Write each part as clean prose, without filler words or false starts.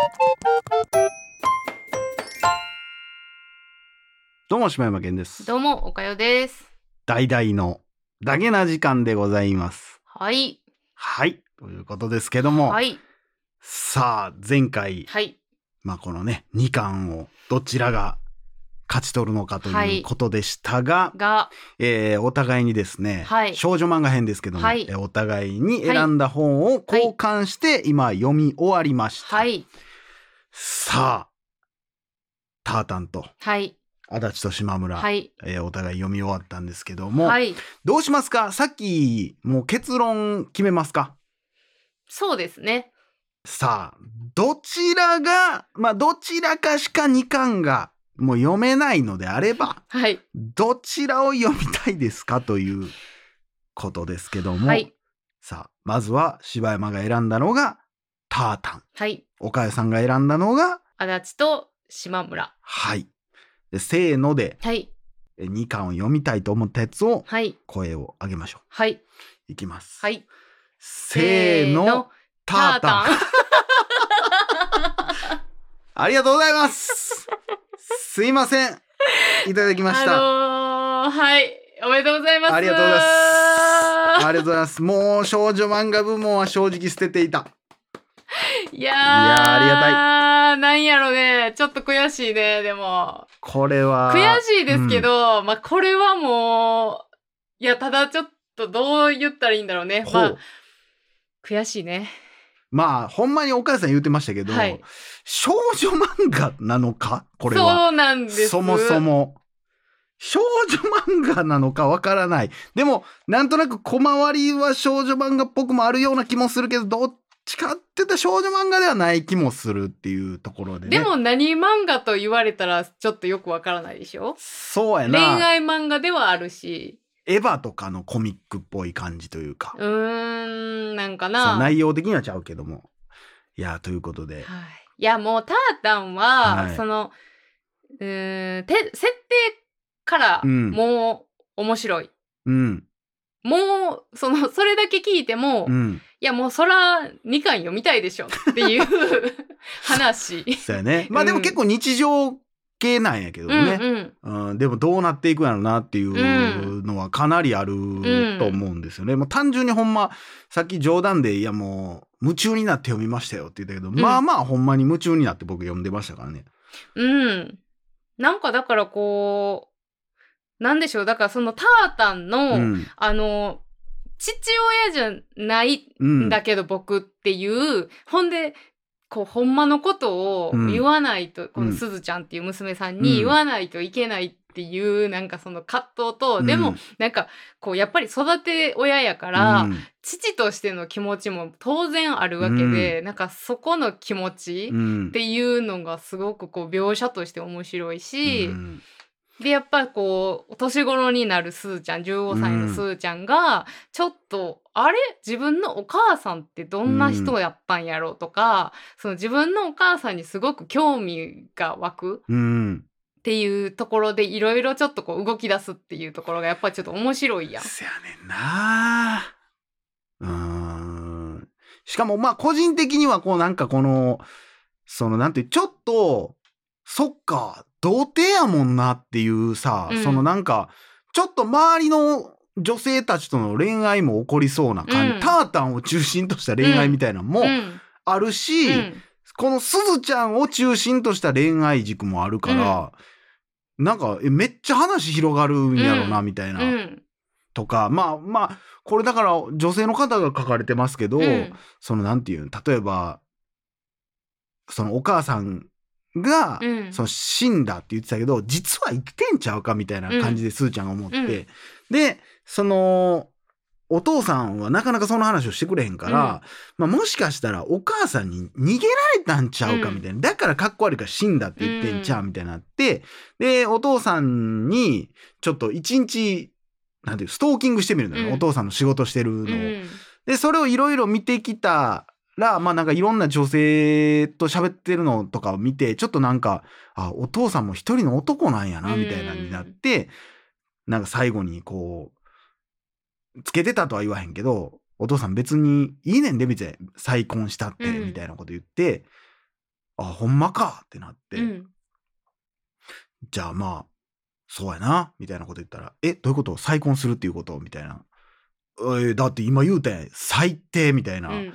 どうも柴山健です。 どうもおかよです。 大々のダゲな時間でございます。 はいはいということですけども、 はい、 さあ前回、 はい、 このね2巻をどちらが勝ち取るのかということでしたが、お互いにですね、 はい、 少女漫画編ですけども、 はい、 お互いに選んだ本を交換して今読み終わりました。 はい、 さあタータンと、 はい、 足立と島村、 はい、 お互い読み終わったんですけども、 はい、 どうしますか？さっきもう結論決めますか？ そうですね。 さあどちらがどちらかしか2巻がもう読めないのであればはい、 どちらを読みたいですかということですけども、 はい、 さあまずは柴山が選んだのがタータン、 はい、 岡谷さんが選んだのが足立と島村。 はいでせーので、 はい、 2巻を読みたいと思ったやつをはい、 声を上げましょう。 はい、 いきます。 はい、 せーの、タータン。ありがとうございます。すいません。いただきました。 はい、おめでとうございます。 ありがとうございます。ありがとうございます。もう少女漫画部門は正直捨てていた。 いやありがたい。なんやろね、ちょっと悔しいね。でもこれは悔しいですけど、これはもういや、ただちょっとどう言ったらいいんだろうね。悔しいね。 ほんまに岡谷さん言ってましたけど、はい、少女漫画なのかこれは。 そうなんです。 そもそも少女漫画なのかわからない。でもなんとなく小回りは少女漫画っぽくもあるような気もするけど、どっちかって言ったら少女漫画ではない気もするっていうところでね。 でも何漫画と言われたらちょっとよくわからないでしょ。 そうやな。 恋愛漫画ではあるし、 エヴァとかのコミックっぽい感じというか、 なんかな、 そう内容的にはちゃうけども、いやということで、 はい、いやもうタータンは、はい、その設定からもう面白い、うん、もうそれだけ聞いても、うん、いやもうそら2巻読みたいでしょっていう話そうやね。でも結構日常系なんやけどね、でもどうなっていくんやろうなっていうのはかなりあると思うんですよね。もう単純にほんまさっき冗談でいやもう夢中になって読みましたよって言ったけど、ほんまに夢中になって僕読んでましたからね。 なんかだからこうなんでしょう、だからそのタータンの、父親じゃないんだけど僕っていう、ほんでこうほんまのことを言わないと、このすずちゃんっていう娘さんに言わないといけないっていう、なんかその葛藤と、でもなんかこうやっぱり育て親やから、父としての気持ちも当然あるわけで、なんかそこの気持ちっていうのがすごくこう描写として面白いし、でやっぱりこう年頃になるすーちゃん、15歳のすーちゃんがちょっとあれ自分のお母さんってどんな人やったんやろうとか、その自分のお母さんにすごく興味が湧くっていうところでいろいろちょっとこう動き出すっていうところがやっぱりちょっと面白いやん。 せやねんな。しかも個人的にはこうなんかこのそのなんてちょっとそっか童貞やもんなっていうさ、そのなんかちょっと周りの女性たちとの恋愛も起こりそうな感じ、タータンを中心とした恋愛みたいなのもあるし、このすずちゃんを中心とした恋愛軸もあるから、なんかめっちゃ話広がるんやろなみたいな、とかこれだから女性の方が書かれてますけど、そのなんていう例えばそのお母さんが、その死んだって言ってたけど実は生きてんちゃうかみたいな感じですーちゃんが思って、でそのお父さんはなかなかその話をしてくれへんから、もしかしたらお母さんに逃げられたんちゃうかみたいな、だからかっこ悪いから死んだって言ってんちゃうみたいになって、でお父さんにちょっと一日なんていうストーキングしてみるのよ、お父さんの仕事してるのを。でそれをいろいろ見てきたらなんかいろんな女性と喋ってるのとかを見てちょっとなんかお父さんも一人の男なんやなみたいなになって、なんか最後にこうつけてたとは言わへんけどお父さん別にいいねんで別に再婚したってみたいなこと言って、 あほんまかってなって、 うん、 じゃあまあそうやなみたいなこと言ったら、どういうこと？再婚するっていうこと？みたいな。だって今言うたやん、最低みたいな、 うんうんうん、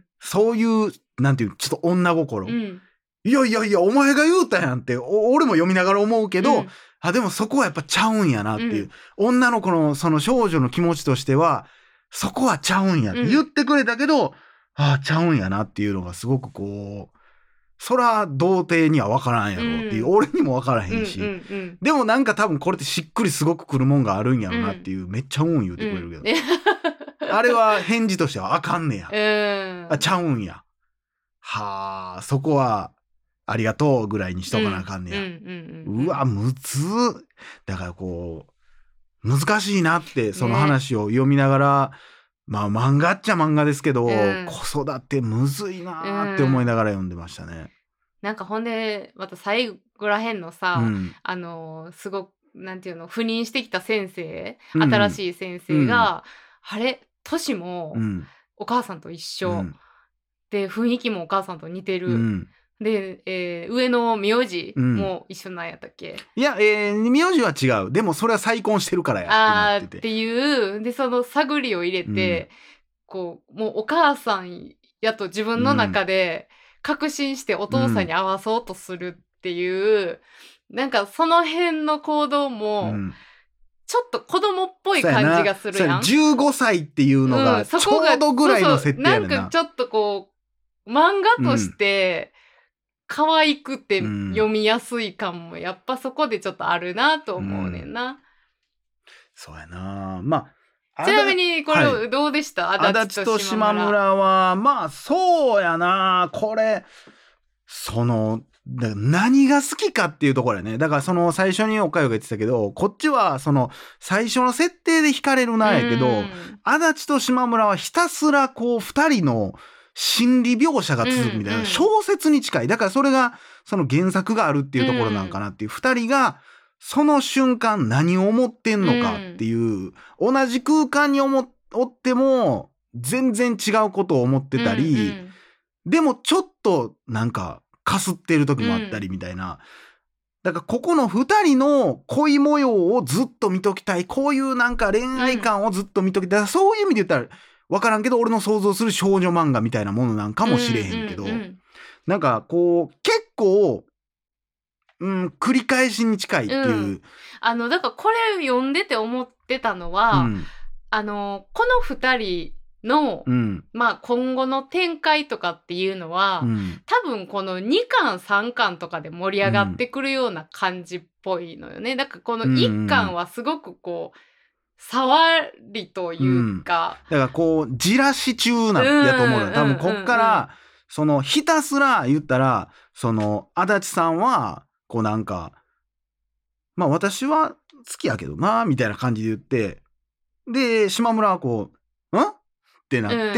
そういうなんていうちょっと女心、 うん、 いやいやいやお前が言うたやんって俺も読みながら思うけど、 うん、 あでもそこはやっぱちゃうんやなっていう、 うん、 女の子のその少女の気持ちとしてはそこはちゃうんやって言ってくれたけど、あちゃうんやなっていうのがすごくこう、そら童貞には分からんやろっていう、俺にも分からへんし、でもなんか多分これってしっくりすごくくるもんがあるんやろなっていう、めっちゃ言うてくれるけど、あれは返事としてはあかんねや、あちゃうんや、はあそこはありがとうぐらいにしとかなあかんねや、うわむずっ、だからこう難しいなってその話を読みながら、まあ漫画っちゃ漫画ですけど、子育てむずいなって思いながら読んでましたね。 なんかほんでまた最後らへんのさ、すごくなんていうの、赴任してきた先生、新しい先生が、あれ年もお母さんと一緒、で雰囲気もお母さんと似てる、で、上の名字も一緒なんやったっけ？ いや、名字は違う。でもそれは再婚してるからやってなってて。 っていうでその探りを入れて、こうもうお母さんやと自分の中で確信してお父さんに合わそうとするっていう、なんかその辺の行動も、ちょっと子供っぽい感じがするやん。 15歳っていうのがちょうどぐらいの設定やねんな。 なんかちょっとこう漫画として可愛くて読みやすい感もやっぱそこでちょっとあるなと思うねんな。 そうやな。まあちなみにこれどうでした？ 足立と島村はまあそうやな。これその何が好きかっていうところやね。だからその最初におかゆが言ってたけど、こっちはその最初の設定で惹かれるなやけど、足立と島村はひたすらこう2人の心理描写が続くみたいな、小説に近い。だからそれがその原作があるっていうところなんかなっていう、2人がその瞬間何を思ってんのかっていう、同じ空間におっても全然違うことを思ってたり、でもちょっとなんかかすってる時もあったりみたいな、だからここの2人の恋模様をずっと見ときたい、こういうなんか恋愛感をずっと見ときたい、そういう意味で言ったら分からんけど、俺の想像する少女漫画みたいなものなんかもしれへんけど、なんかこう結構繰り返しに近いっていう、 だからこれ読んでて思ってたのは、この2人の、まあ今後の展開とかっていうのは、多分この2巻3巻とかで盛り上がってくるような感じっぽいのよね。だからこの1巻はすごくこう触りというか、 だからこうじらし中なんやと思うよ。多分こっからそのひたすら言ったら、その足立さんはこうなんか、まあ私は好きやけどなみたいな感じで言って、で島村はこうってなって、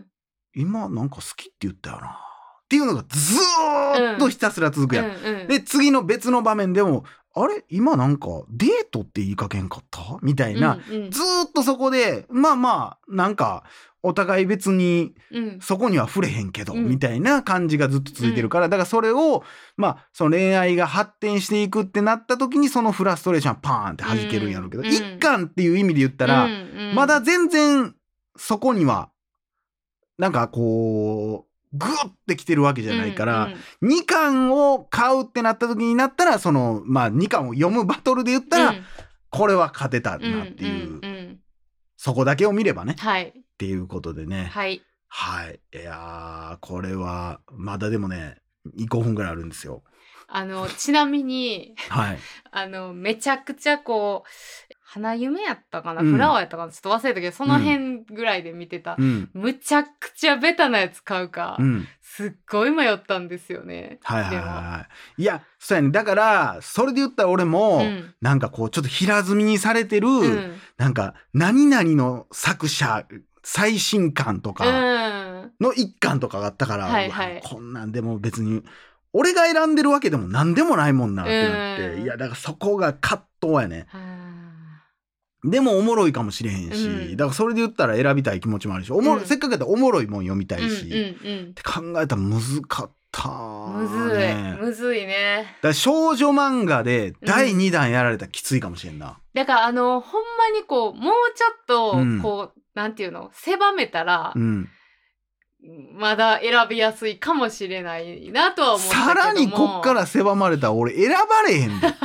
今なんか好きって言ったよなっていうのがずーっとひたすら続くやん。で次の別の場面でも、あれ今なんかデートって言いかけんかったみたいな、ずーっとそこでまあなんかお互い別にそこには触れへんけど、みたいな感じがずっと続いてるから、だからそれをまあその恋愛が発展していくってなった時にそのフラストレーションはパーンって弾けるんやろうけど、一巻っていう意味で言ったら、まだ全然そこにはなんかこうグッてきてるわけじゃないから、2巻を買うってなった時になったら、そのまあ2巻を読むバトルで言ったら、これは勝てたなっていう、そこだけを見ればね、っていうことでね、いやこれはまだでもね5分ぐらいあるんですよ。 ちなみに、めちゃくちゃこう花夢やったかな、フラワーやったかな、ちょっと忘れたけど、その辺ぐらいで見てた、むちゃくちゃベタなやつ買うか、すっごい迷ったんですよね。いやそうやね。だからそれで言ったら俺も、なんかこうちょっと平積みにされてる、なんか何々の作者最新刊とかの一巻とかがあったから、こんなんでも別に俺が選んでるわけでも何でもないもんなってなって、いやだからそこが葛藤やね。でもおもろいかもしれへんし、だからそれで言ったら選びたい気持ちもあるし、せっかくやったらおもろいもん読みたいし、って考えたら難かったむずいね。 だから少女漫画で第2弾やられたらきついかもしれんな。 だからほんまにこうもうちょっとこう、なんていうの狭めたら、まだ選びやすいかもしれないなとは思ったけども。 さらにこっから狭まれたら俺選ばれへんで。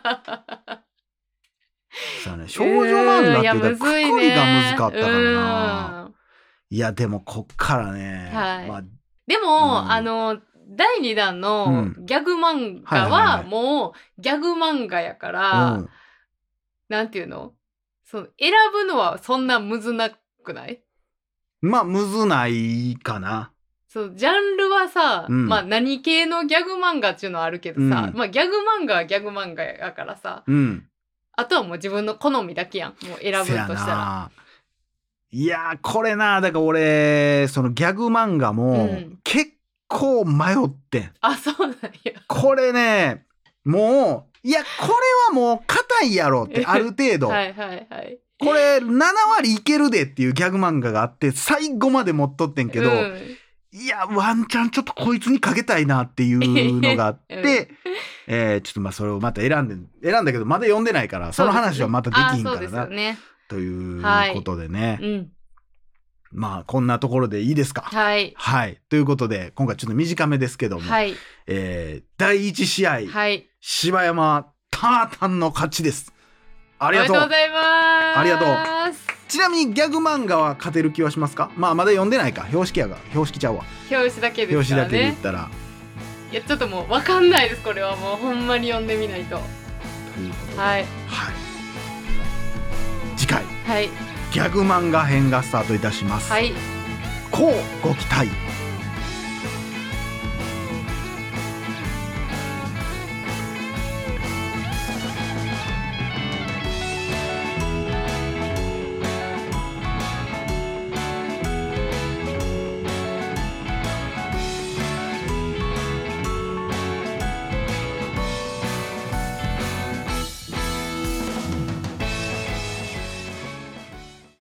さあね、少女漫画っていうかくくりが難かったからな。いやでもこっからね、 でも、第2弾のギャグ漫画はもうギャグ漫画やから、なんていうの選ぶのはそんなむずなくない？ まあむずないかな。 そうジャンルはさ、まあ何系のギャグ漫画っていうのはあるけどさ、まあギャグ漫画はギャグ漫画やからさ、あとはもう自分の好みだけやん、もう選ぶとしたら。 いやこれな、だから俺そのギャグ漫画も結構迷ってん。 あ、そうなんや。 これね、もういやこれはもう硬いやろってある程度。はいはいはい。これ7割いけるでっていうギャグ漫画があって最後まで持っとってんけど、いやワンチャンちょっとこいつにかけたいなっていうのがあって、ちょっとまあそれをまた選んだけどまだ読んでないからその話はまたできひんからな、ということでね、まあこんなところでいいですか。はい、はい、ということで今回ちょっと短めですけども、第1試合、柴山タータンの勝ちです。ありがとうございます。ありがとう。ちなみにギャグ漫画は勝てる気はしますか？まあまだ読んでないか。標識ちゃうわ。表紙だけですからね。表紙だけで言ったら。 いやちょっともう分かんないです。これはもうほんまに読んでみないと。 ということで、はい。次回、ギャグ漫画編がスタートいたします。はい。こうご期待。